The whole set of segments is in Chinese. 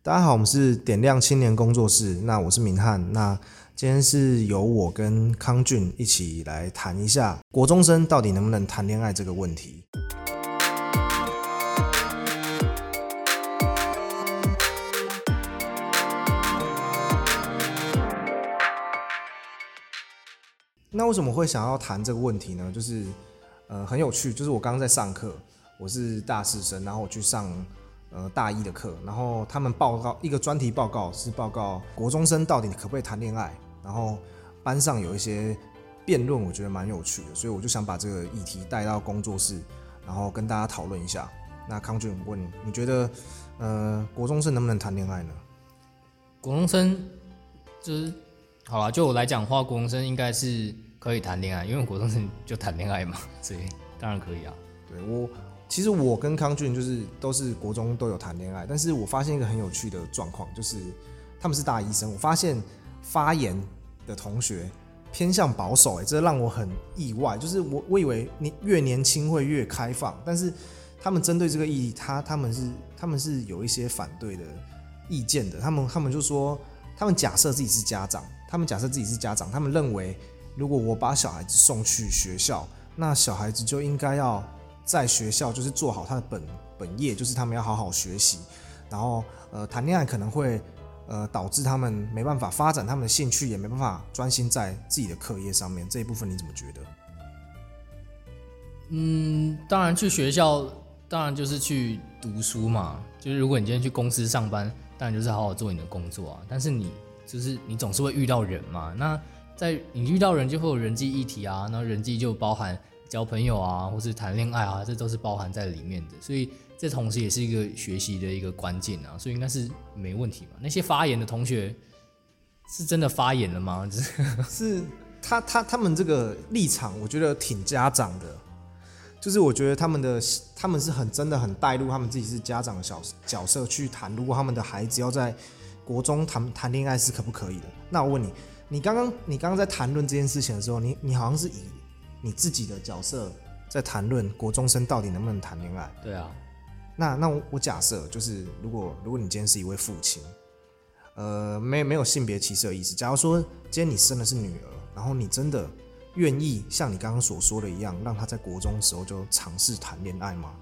大家好，我们是点亮青年工作室。那我是明翰。那今天是由我跟康俊一起来谈一下国中生到底能不能谈恋爱这个问题。那为什么会想要谈这个问题呢？就是很有趣，就是我刚刚在上课，我是大四生，然后我去上大一的课，然后他们报告一个专题报告，是报告国中生到底可不可以谈恋爱，然后班上有一些辩论，我觉得蛮有趣的，所以我就想把这个议题带到工作室，然后跟大家讨论一下。那康俊，我问你，你觉得国中生能不能谈恋爱呢？ 国中生就是好啦，就我来讲的话，国中生应该是可以谈恋爱，因为国中生就谈恋爱嘛，所以当然可以啊。 对，其实我跟康俊就是都是国中都有谈恋爱，但是我发现一个很有趣的状况，就是他们是大一生，我发现发言的同学偏向保守，这让我很意外。就是我以为你越年轻会越开放，但是他们针对这个议题，他们是有一些反对的意见的。他们就说，他们假设自己是家长，他们认为如果我把小孩子送去学校，那小孩子就应该要在学校就是做好他的本业，就是他们要好好学习，然后谈恋爱可能会导致他们没办法发展他们的兴趣，也没办法专心在自己的课业上面。这一部分你怎么觉得？ 当然去学校，当然就是去读书嘛。就是如果你今天去公司上班，当然就是好好做你的工作啊。但是你总是会遇到人嘛，那在你遇到人就会有人际议题啊，那人际就包含交朋友啊，或是谈恋爱啊，这都是包含在里面的，所以这同时也是一个学习的一个关键啊，所以应该是没问题嘛。那些发言的同学是真的发言了吗？ 是他们这个立场，我觉得挺家长的，就是我觉得他们是真的很带入他们自己是家长的角色去谈，如果他们的孩子要在国中谈恋爱是可不可以的？那我问你，你刚刚在谈论这件事情的时候，你好像是以你自己的角色在谈论国中生到底能不能谈恋爱。 对啊。 那我假设就是，如果你今天是一位父亲，没有性别歧视的意思。假如说今天你生的是女儿，然后你真的愿意像你刚刚所说的一样，让她在国中的时候就尝试谈恋爱吗？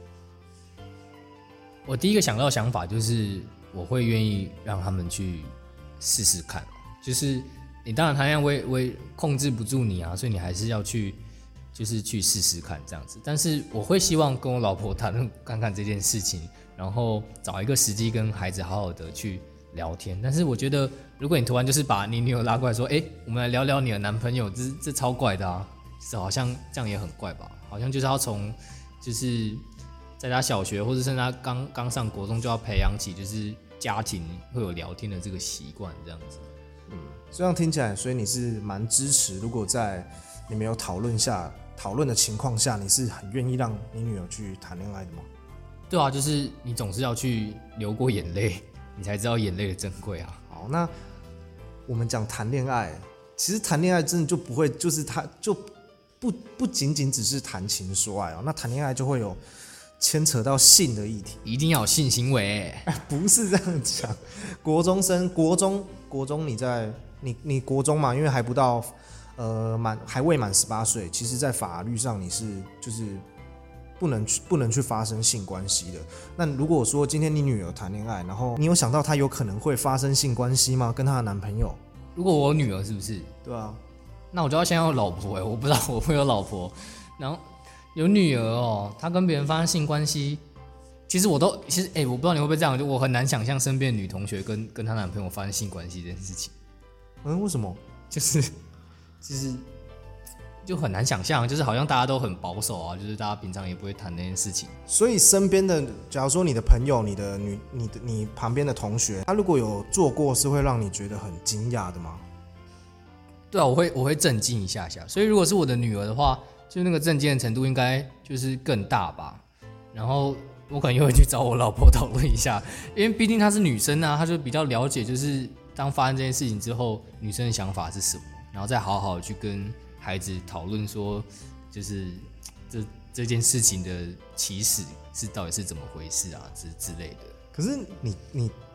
我第一个想到的想法就是，我会愿意让他们去试试看。就是你当然谈恋爱我也控制不住你啊，所以你还是要去试试看这样子。但是我会希望跟我老婆谈论看看这件事情，然后找一个时机跟孩子好好的去聊天。但是我觉得，如果你突然就是把你女友拉过来说，我们来聊聊你的男朋友，这超怪的啊！就是好像这样也很怪吧？好像就是要从就是在他小学或者甚至他刚上国中就要培养起就是家庭会有聊天的这个习惯这样子。 这样听起来，所以你是蛮支持，如果在你没有讨论的情况下，你是很愿意让你女儿去谈恋爱的吗？ 对啊，就是你总是要去流过眼泪，你才知道眼泪的珍贵啊。 好，那我们讲谈恋爱，其实谈恋爱真的就不会，就是它就不仅仅只是谈情说爱哦，那谈恋爱就会有牵扯到性的议题， 一定要有性行为不是这样讲。国中生，国中你国中嘛，因为还不到还未满18岁，其实在法律上你是就是不能去发生性关系的。那如果说今天你女儿谈恋爱，然后你有想到她有可能会发生性关系吗？跟她的男朋友？ 如果我有女儿是不是？ 对啊， 那我就要先有老婆我不知道我会有老婆，然后有女儿哦，她跟别人发生性关系，其实我不知道你会不会这样，就我很难想象身边的女同学跟她男朋友发生性关系这件事情。 为什么？ 就是就很难想象，就是好像大家都很保守啊，就是大家平常也不会谈那件事情。 所以身边的，假如说你的朋友、你旁边的同学，他如果有做过，是会让你觉得很惊讶的吗？ 对啊，我会震惊一下下。所以如果是我的女儿的话，就那个震惊的程度应该就是更大吧。然后我可能又会去找我老婆讨论一下，因为毕竟她是女生啊，她就比较了解，就是当发生这件事情之后，女生的想法是什么，然后再好好去跟孩子讨论说，就是这件事情的起始是到底是怎么回事啊之类的。 可是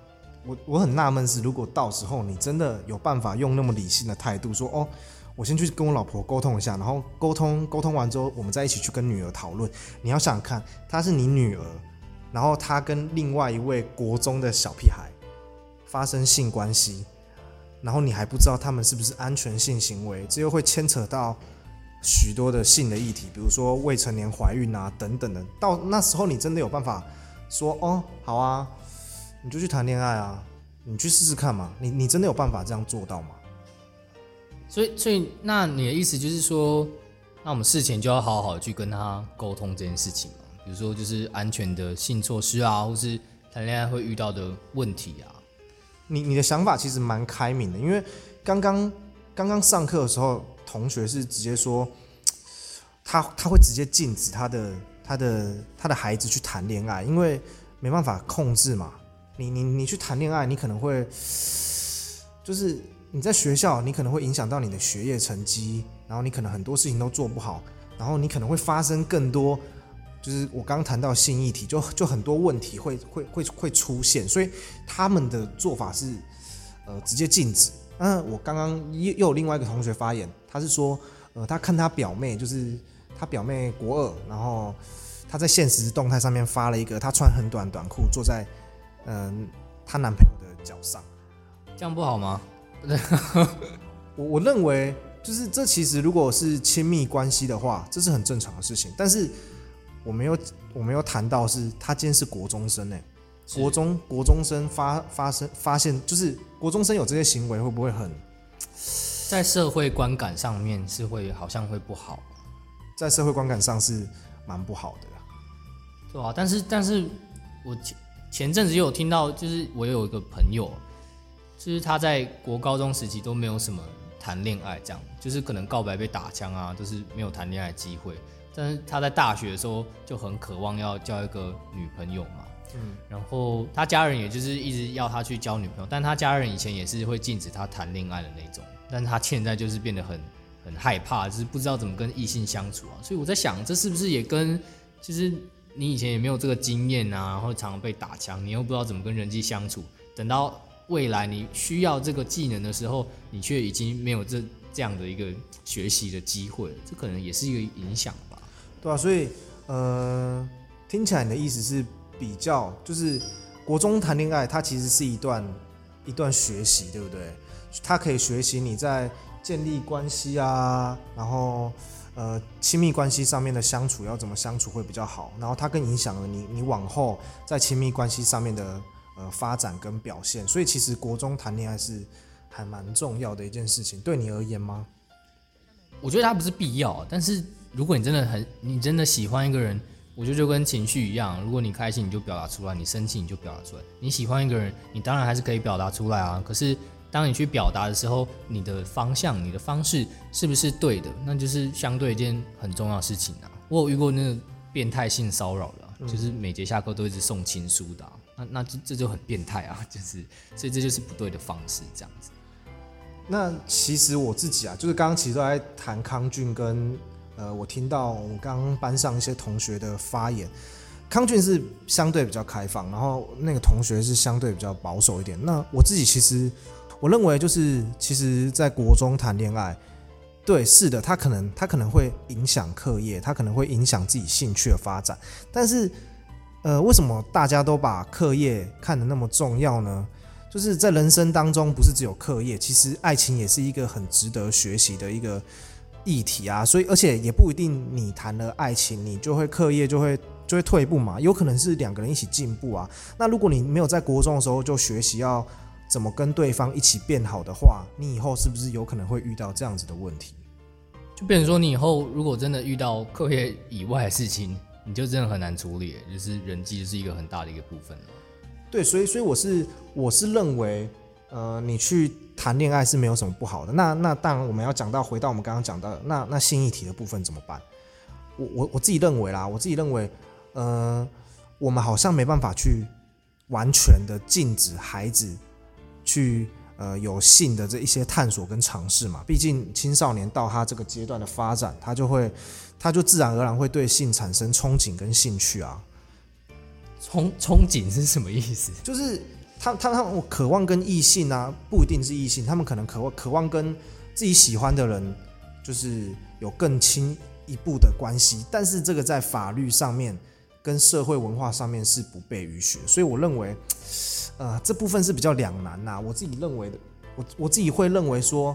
我很纳闷是，如果到时候你真的有办法用那么理性的态度说，哦，我先去跟我老婆沟通一下，然后沟通完之后，我们再一起去跟女儿讨论。你要想想看，她是你女儿，然后她跟另外一位国中的小屁孩发生性关系，然后你还不知道他们是不是安全性行为，这又会牵扯到许多的性的议题，比如说未成年怀孕啊等等的。到那时候你真的有办法说，哦，好啊，你就去谈恋爱啊，你去试试看嘛，你真的有办法这样做到吗？ 所以那你的意思就是说，那我们事前就要好好去跟他沟通这件事情嘛？比如说就是安全的性措施啊，或是谈恋爱会遇到的问题啊。 你的想法其实蛮开明的，因为刚刚上课的时候，同学是直接说，他会直接禁止他的孩子去谈恋爱，因为没办法控制嘛。你去谈恋爱，你可能会就是你在学校，你可能会影响到你的学业成绩，然后你可能很多事情都做不好，然后你可能会发生更多，就是我刚刚谈到性议题，就很多问题会出现，所以他们的做法是直接禁止。我刚刚又有另外一个同学发言，他是说他看他表妹，就是他表妹国2，然后他在现实动态上面发了一个他穿很短短裤坐在他男朋友的脚上， 这样不好吗？ 我认为就是这其实如果是亲密关系的话，这是很正常的事情。但是我没有谈到是他今天是国中生国中生发现就是国中生有这些行为，会不会很在社会观感上面是会好像会不好？ 在社会观感上是蛮不好的， 对啊。但是我前阵子有听到，就是我有一个朋友。就是他在国高中时期都没有什么谈恋爱，这样就是可能告白被打枪啊，都是没有谈恋爱的机会。但是他在大学的时候就很渴望要交一个女朋友嘛，然后他家人也就是一直要他去交女朋友，但他家人以前也是会禁止他谈恋爱的那种，但是他现在就是变得很害怕，就是不知道怎么跟异性相处啊。所以我在想，这是不是也跟就是你以前也没有这个经验啊，然后常常被打枪，你又不知道怎么跟人际相处，等到未来你需要这个技能的时候，你却已经没有这样的一个学习的机会了，这可能也是一个影响吧。 对啊，所以听起来你的意思是比较就是国中谈恋爱，它其实是一段学习，对不对？它可以学习你在建立关系啊，然后亲密关系上面的相处要怎么相处会比较好，然后它更影响了你往后在亲密关系上面的发展跟表现，所以其实国中谈恋爱是还蛮重要的一件事情，对你而言吗？ 我觉得它不是必要，但是如果你真的喜欢一个人，我觉得就跟情绪一样，如果你开心你就表达出来，你生气你就表达出来。你喜欢一个人，你当然还是可以表达出来啊。可是当你去表达的时候，你的方向、你的方式是不是对的，那就是相对一件很重要的事情啊。我有遇过那个变态性骚扰的就是每节下课都一直送情书的那这就很变态啊，就是所以这就是不对的方式，这样子。 那其实我自己就是刚刚其实都在谈康俊跟我听到我刚刚班上一些同学的发言，康俊是相对比较开放，然后那个同学是相对比较保守一点。那我自己其实我认为就是其实在国中谈恋爱，对，是的，他可能会影响课业，他可能会影响自己兴趣的发展，但是为什么大家都把课业看得那么重要呢？就是在人生当中，不是只有课业，其实爱情也是一个很值得学习的一个议题啊。所以，而且也不一定你谈了爱情，你就会课业就会退步嘛。有可能是两个人一起进步啊。那如果你没有在国中的时候就学习要怎么跟对方一起变好的话，你以后是不是有可能会遇到这样子的问题？ 就变成说，你以后如果真的遇到课业以外的事情，你就真的很难处理，就是人际就是一个很大的一个部分了。 对，所以我是认为，你去谈恋爱是没有什么不好的。那当然，我们要回到我们刚刚讲到的那性议题的部分怎么办？我自己认为啦，我们好像没办法去完全的禁止孩子去有性的这一些探索跟尝试嘛。毕竟青少年到他这个阶段的发展，他就自然而然会对性产生憧憬跟兴趣啊。 憧憬是什么意思？ 就是他们渴望跟异性啊，不一定是异性，他们可能渴望跟自己喜欢的人就是有更亲一步的关系，但是这个在法律上面跟社会文化上面是不被允许的，所以我认为这部分是比较两难呐。我自己认为的，我自己会认为说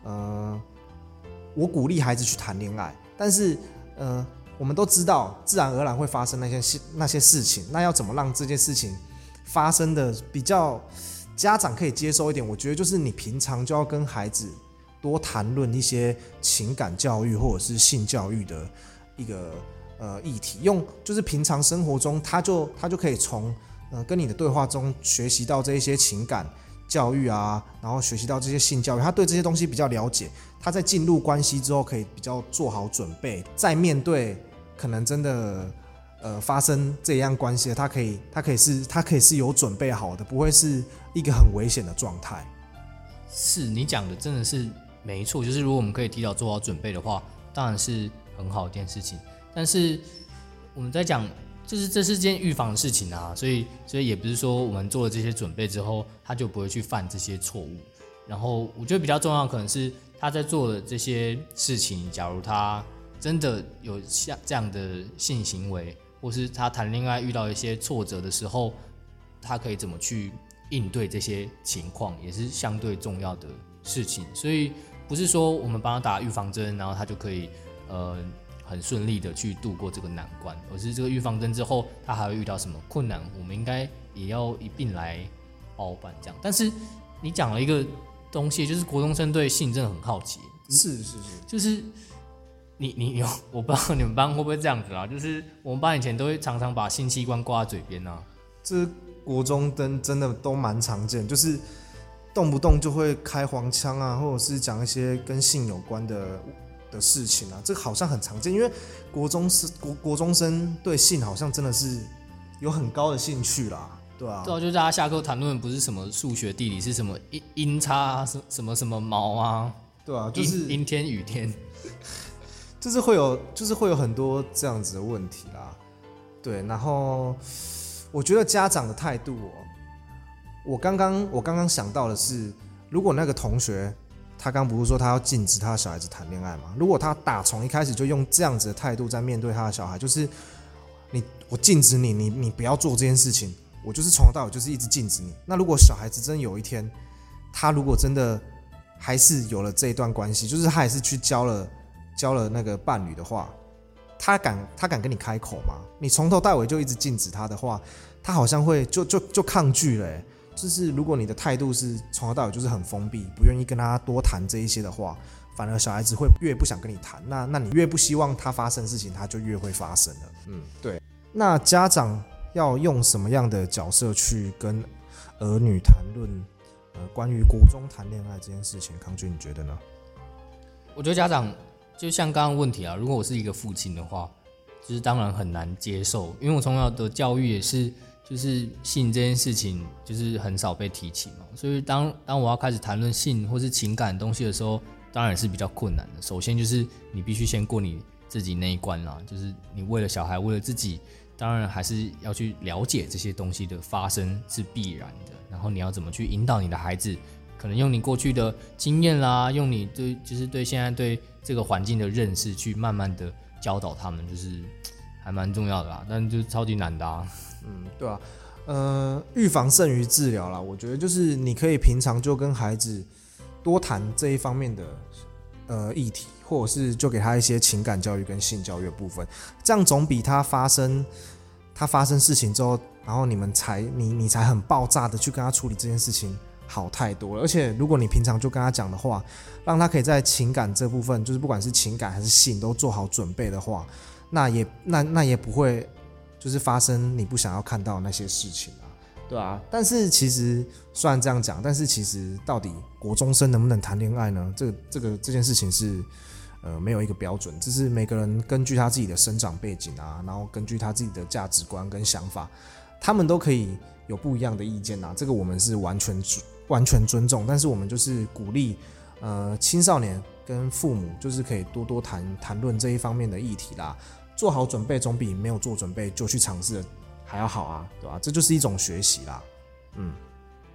我鼓励孩子去谈恋爱，但是我们都知道自然而然会发生那些事情，那要怎么让这件事情发生的比较家长可以接受一点？我觉得就是你平常就要跟孩子多谈论一些情感教育或者是性教育的一个议题，就是平常生活中他就可以从跟你的对话中学习到这一些情感教育啊，然后学习到这些性教育，他对这些东西比较了解，他在进入关系之后可以比较做好准备，在面对可能真的发生这样关系的，他可以是有准备好的，不会是一个很危险的状态。 是你讲的真的是没错，就是如果我们可以提早做好准备的话，当然是很好的一件事情。但是我们在讲，就是这是件预防的事情啊，所以也不是说我们做了这些准备之后，他就不会去犯这些错误。然后我觉得比较重要的可能是他在做的这些事情，假如他真的有像这样的性行为，或是他谈恋爱遇到一些挫折的时候，他可以怎么去应对这些情况，也是相对重要的事情。所以不是说我们帮他打预防针，然后他就可以很顺利的去度过这个难关，而是这个预防针之后，他还会遇到什么困难，我们应该也要一并来包办这样。但是你讲了一个东西，就是国中生对性真的很好奇， 是， 就是我不知道你们班会不会这样子啊？就是我们班以前都会常常把性器官挂在嘴边啊， 这国中真的都蛮常见，就是动不动就会开黄腔啊，或者是讲一些跟性有关的事情啊，这个好像很常见，因为国中生对性好像真的是有很高的兴趣啦，对啊， 对啊，就是大家下课谈论不是什么数学地理，是什么阴差什么毛啊， 对啊，就是阴天雨天， 就是会有很多这样子的问题啦，对，然后我觉得家长的态度我刚刚想到的是，如果那个同学他刚不是说他要禁止他的小孩子谈恋爱吗？如果他打从一开始就用这样子的态度在面对他的小孩，就是我禁止你不要做这件事情，我就是从头到尾就是一直禁止你。那如果小孩子真有一天，他如果真的还是有了这一段关系，就是他还是去交了那个伴侣的话，他敢跟你开口吗？你从头到尾就一直禁止他的话，他好像会就抗拒了欸。就是如果你的态度是从头到尾就是很封闭，不愿意跟他多谈这一些的话，反而小孩子会越不想跟你谈，那你越不希望他发生的事情，他就越会发生了。对。那家长要用什么样的角色去跟儿女谈论关于国中谈恋爱这件事情？康君，你觉得呢？ 我觉得家长就像刚刚问题啊，如果我是一个父亲的话，就是当然很难接受，因为我从小的教育也是。就是性这件事情，就是很少被提起嘛，所以当我要开始谈论性或是情感的东西的时候，当然是比较困难的。首先就是你必须先过你自己那一关啦，就是你为了小孩，为了自己，当然还是要去了解这些东西的发生是必然的。然后你要怎么去引导你的孩子，可能用你过去的经验啦，用你对现在对这个环境的认识，去慢慢的教导他们，就是还蛮重要的啦，但就是超级难的啊。 对啊，预防胜于治疗啦。我觉得就是你可以平常就跟孩子多谈这一方面的议题，或者是就给他一些情感教育跟性教育的部分，这样总比他发生事情之后，然后你才很爆炸的去跟他处理这件事情好太多了。而且如果你平常就跟他讲的话，让他可以在情感这部分，就是不管是情感还是性都做好准备的话，那也不会。就是发生你不想要看到的那些事情啊，对啊。但是其实虽然这样讲，但是其实到底国中生能不能谈恋爱呢？这件事情是没有一个标准，这是每个人根据他自己的生长背景啊，然后根据他自己的价值观跟想法，他们都可以有不一样的意见啊。这个我们是完全尊重，但是我们就是鼓励青少年跟父母就是可以多谈论这一方面的议题啦。做好准备总比没有做准备就去尝试还要好啊，对吧？这就是一种学习啦。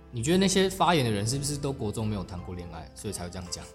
你觉得那些发言的人是不是都国中没有谈过恋爱，所以才会这样讲？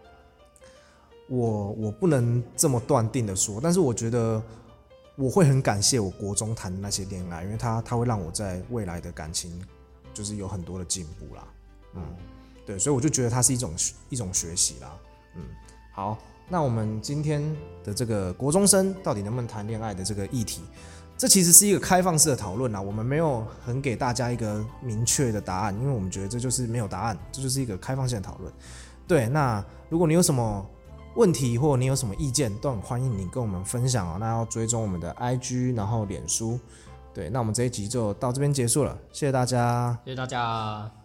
我不能这么断定的说，但是我觉得我会很感谢我国中谈的那些恋爱，因为它会让我在未来的感情就是有很多的进步啦。对，所以我就觉得它是一种学习啦。好，那我们今天的这个国中生到底能不能谈恋爱的这个议题，这其实是一个开放式的讨论啦，我们没有很给大家一个明确的答案，因为我们觉得这就是没有答案，这就是一个开放性的讨论。对，那如果你有什么问题或你有什么意见，都很欢迎你跟我们分享哦。那要追踪我们的 IG， 然后脸书。对，那我们这一集就到这边结束了，谢谢大家， 谢谢大家。